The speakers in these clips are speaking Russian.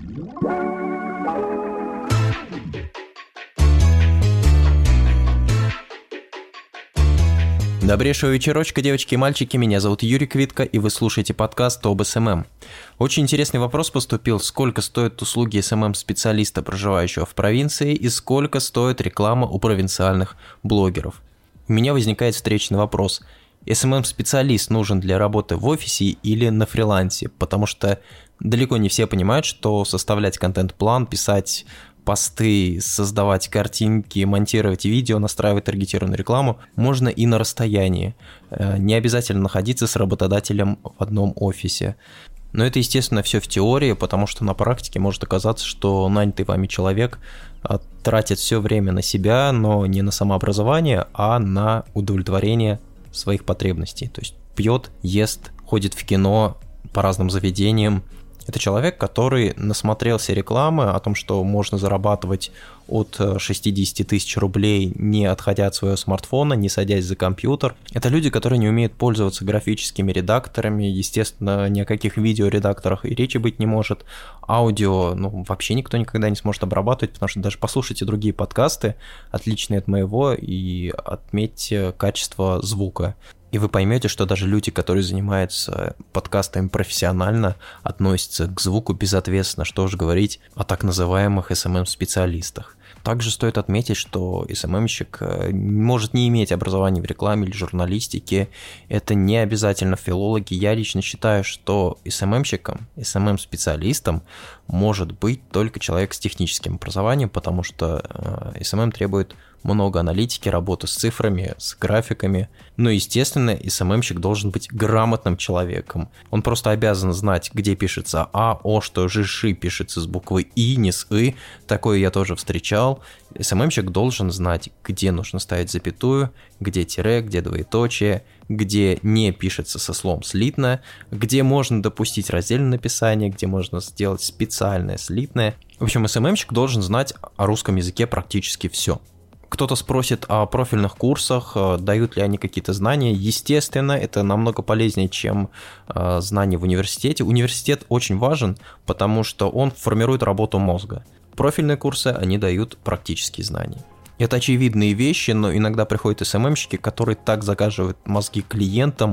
Добрейшего вечерочка, девочки и мальчики, меня зовут Юрий Квитко, и вы слушаете подкаст об СММ. Очень интересный вопрос поступил: сколько стоят услуги СММ-специалиста, проживающего в провинции, и сколько стоит реклама у провинциальных блогеров. У меня возникает встречный вопрос: СММ-специалист нужен для работы в офисе или на фрилансе? Потому что далеко не все понимают, что составлять контент-план, писать посты, создавать картинки, монтировать видео, настраивать таргетированную рекламу можно и на расстоянии. Не обязательно находиться с работодателем в одном офисе. Но это, естественно, все в теории, потому что на практике может оказаться, что нанятый вами человек тратит все время на себя, но не на самообразование, а на удовлетворение своих потребностей. То есть пьет, ест, ходит в кино по разным заведениям. Это человек, который насмотрелся рекламы о том, что можно зарабатывать от 60 тысяч рублей, не отходя от своего смартфона, не садясь за компьютер. Это люди, которые не умеют пользоваться графическими редакторами. Естественно, ни о каких видеоредакторах и речи быть не может. Аудио, вообще никто никогда не сможет обрабатывать, потому что даже послушайте другие подкасты, отличные от моего, и отметьте качество звука. И вы поймете, что даже люди, которые занимаются подкастами профессионально, относятся к звуку безответственно, что уж говорить о так называемых SMM-специалистах. Также стоит отметить, что SMM-щик может не иметь образования в рекламе или журналистике. Это не обязательно филологи. Я лично считаю, что SMM-щиком, SMM-специалистом может быть только человек с техническим образованием, потому что SMM требует много аналитики, работы с цифрами, с графиками. Но, естественно, SMM-щик должен быть грамотным человеком. Он просто обязан знать, где пишется А, О, что ЖШ пишется с буквы И, не с И. Такое я тоже встречал. SMM-щик должен знать, где нужно ставить запятую, где тире, где двоеточие, где не пишется со словом слитно, где можно допустить раздельное написание, где можно сделать специальное слитное. В общем, SMM-щик должен знать о русском языке практически все. Кто-то спросит о профильных курсах, дают ли они какие-то знания. Естественно, это намного полезнее, чем знания в университете. Университет очень важен, потому что он формирует работу мозга. Профильные курсы, они дают практические знания. Это очевидные вещи, но иногда приходят СММщики, которые так загаживают мозги клиентам,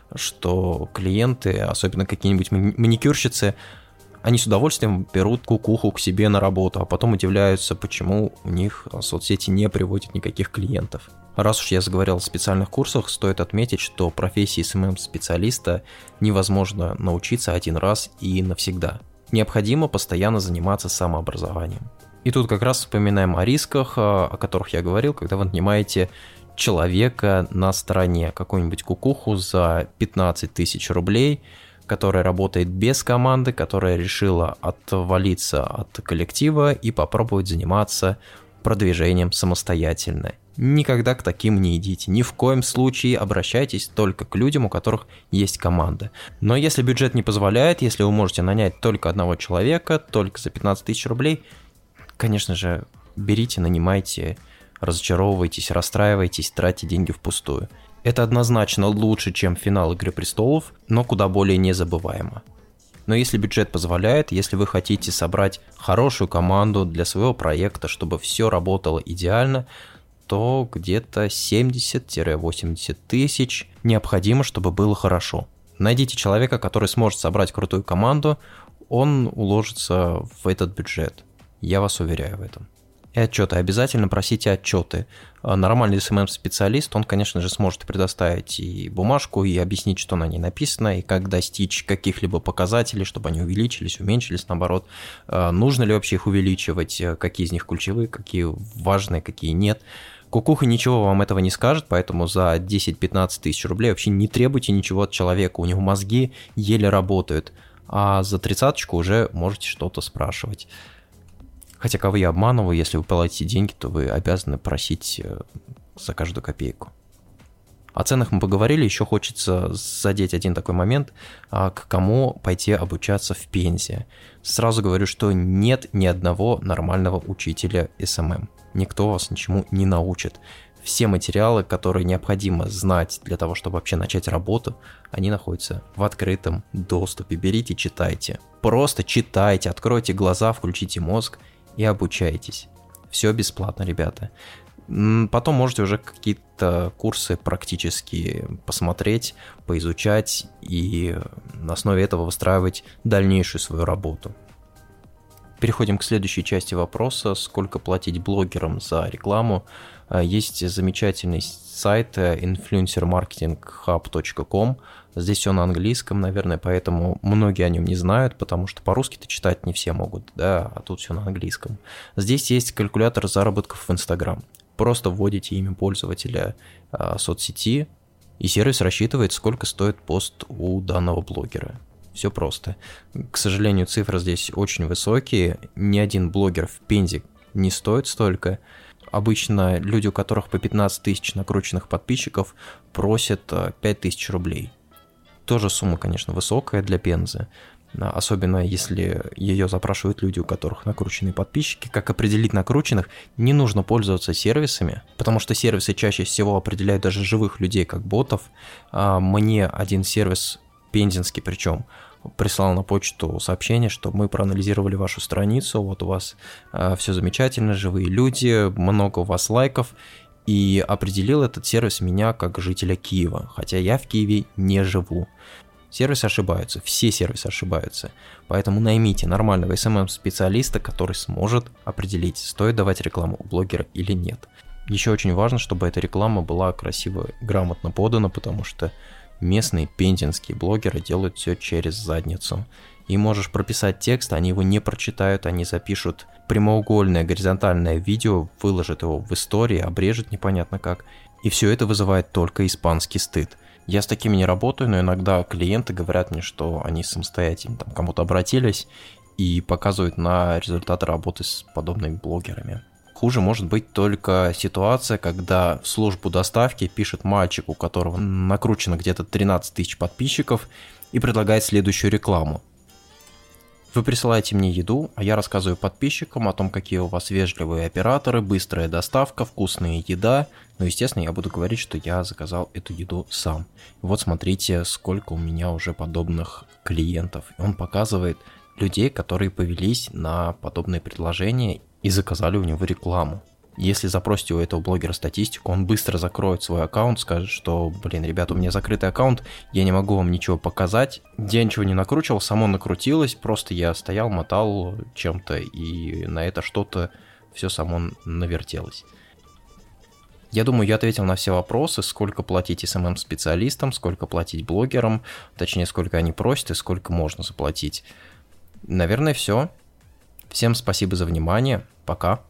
что клиенты, особенно какие-нибудь маникюрщицы, они с удовольствием берут кукуху к себе на работу, а потом удивляются, почему у них соцсети не приводят никаких клиентов. Раз уж я заговорил о специальных курсах, стоит отметить, что профессии СММ-специалиста невозможно научиться один раз и навсегда. Необходимо постоянно заниматься самообразованием. И тут как раз вспоминаем о рисках, о которых я говорил, когда вы нанимаете человека на стороне, какую-нибудь кукуху за 15 тысяч рублей, которая работает без команды, которая решила отвалиться от коллектива и попробовать заниматься продвижением самостоятельно. Никогда к таким не идите. Ни в коем случае обращайтесь только к людям, у которых есть команда. Но если бюджет не позволяет, если вы можете нанять только одного человека, только за 15 тысяч рублей, конечно же, берите, нанимайте, разочаровывайтесь, расстраивайтесь, тратьте деньги впустую. Это однозначно лучше, чем финал «Игры престолов», но куда более незабываемо. Но если бюджет позволяет, если вы хотите собрать хорошую команду для своего проекта, чтобы все работало идеально, то где-то 70-80 тысяч необходимо, чтобы было хорошо. Найдите человека, который сможет собрать крутую команду, он уложится в этот бюджет. Я вас уверяю в этом. И отчеты. Обязательно просите отчеты. Нормальный SMM-специалист, он, конечно же, сможет предоставить и бумажку, и объяснить, что на ней написано, и как достичь каких-либо показателей, чтобы они увеличились, уменьшились, наоборот. Нужно ли вообще их увеличивать, какие из них ключевые, какие важные, какие нет. Кукуха ничего вам этого не скажет, поэтому за 10-15 тысяч рублей вообще не требуйте ничего от человека, у него мозги еле работают, а за 30-очку уже можете что-то спрашивать. Хотя кого я обманываю, если вы платите деньги, то вы обязаны просить за каждую копейку. О ценах мы поговорили, еще хочется задеть один такой момент, к кому пойти обучаться в Пензе. Сразу говорю, что нет ни одного нормального учителя SMM. Никто вас ничему не научит. Все материалы, которые необходимо знать для того, чтобы вообще начать работу, они находятся в открытом доступе. Берите, читайте. Просто читайте, откройте глаза, включите мозг и обучайтесь. Все бесплатно, ребята. Потом можете уже какие-то курсы практически посмотреть, поизучать и на основе этого выстраивать дальнейшую свою работу. Переходим к следующей части вопроса. Сколько платить блогерам за рекламу? Есть замечательный сайт influencermarketinghub.com. Здесь все на английском, наверное, поэтому многие о нем не знают, потому что по-русски-то читать не все могут, да, а тут все на английском. Здесь есть калькулятор заработков в Instagram. Просто вводите имя пользователя соцсети, и сервис рассчитывает, сколько стоит пост у данного блогера. Все просто. К сожалению, цифры здесь очень высокие. Ни один блогер в Пензе не стоит столько. Обычно люди, у которых по 15 тысяч накрученных подписчиков, просят 5000 рублей. Тоже сумма, конечно, высокая для Пензы. Особенно если ее запрашивают люди, у которых накрученные подписчики. Как определить накрученных? Не нужно пользоваться сервисами, потому что сервисы чаще всего определяют даже живых людей как ботов. Мне один сервис, пензенский причем, прислал на почту сообщение, что мы проанализировали вашу страницу, вот у вас все замечательно, живые люди, много у вас лайков, и определил этот сервис меня как жителя Киева, хотя я в Киеве не живу. Сервисы ошибаются, все сервисы ошибаются, поэтому наймите нормального SMM-специалиста, который сможет определить, стоит давать рекламу у блогера или нет. Еще очень важно, чтобы эта реклама была красиво, грамотно подана, потому что местные пензенские блогеры делают все через задницу. И можешь прописать текст, они его не прочитают, они запишут прямоугольное горизонтальное видео, выложат его в истории, обрежут непонятно как. И все это вызывает только испанский стыд. Я с такими не работаю, но иногда клиенты говорят мне, что они самостоятельно там кому-то обратились и показывают на результаты работы с подобными блогерами. Хуже может быть только ситуация, когда в службу доставки пишет мальчик, у которого накручено где-то 13 тысяч подписчиков, и предлагает следующую рекламу. Вы присылаете мне еду, а я рассказываю подписчикам о том, какие у вас вежливые операторы, быстрая доставка, вкусная еда. Но, естественно, я буду говорить, что я заказал эту еду сам. И вот смотрите, сколько у меня уже подобных клиентов. И он показывает людей, которые повелись на подобные предложения и заказали у него рекламу. Если запросите у этого блогера статистику, он быстро закроет свой аккаунт, скажет, что, ребята, у меня закрытый аккаунт, я не могу вам ничего показать. Я ничего не накручивал, само накрутилось, просто я стоял, мотал чем-то, и на это что-то все само навертелось. Я думаю, я ответил на все вопросы, сколько платить SMM-специалистам, сколько платить блогерам, точнее, сколько они просят и сколько можно заплатить. Наверное, все. Всем спасибо за внимание. Пока.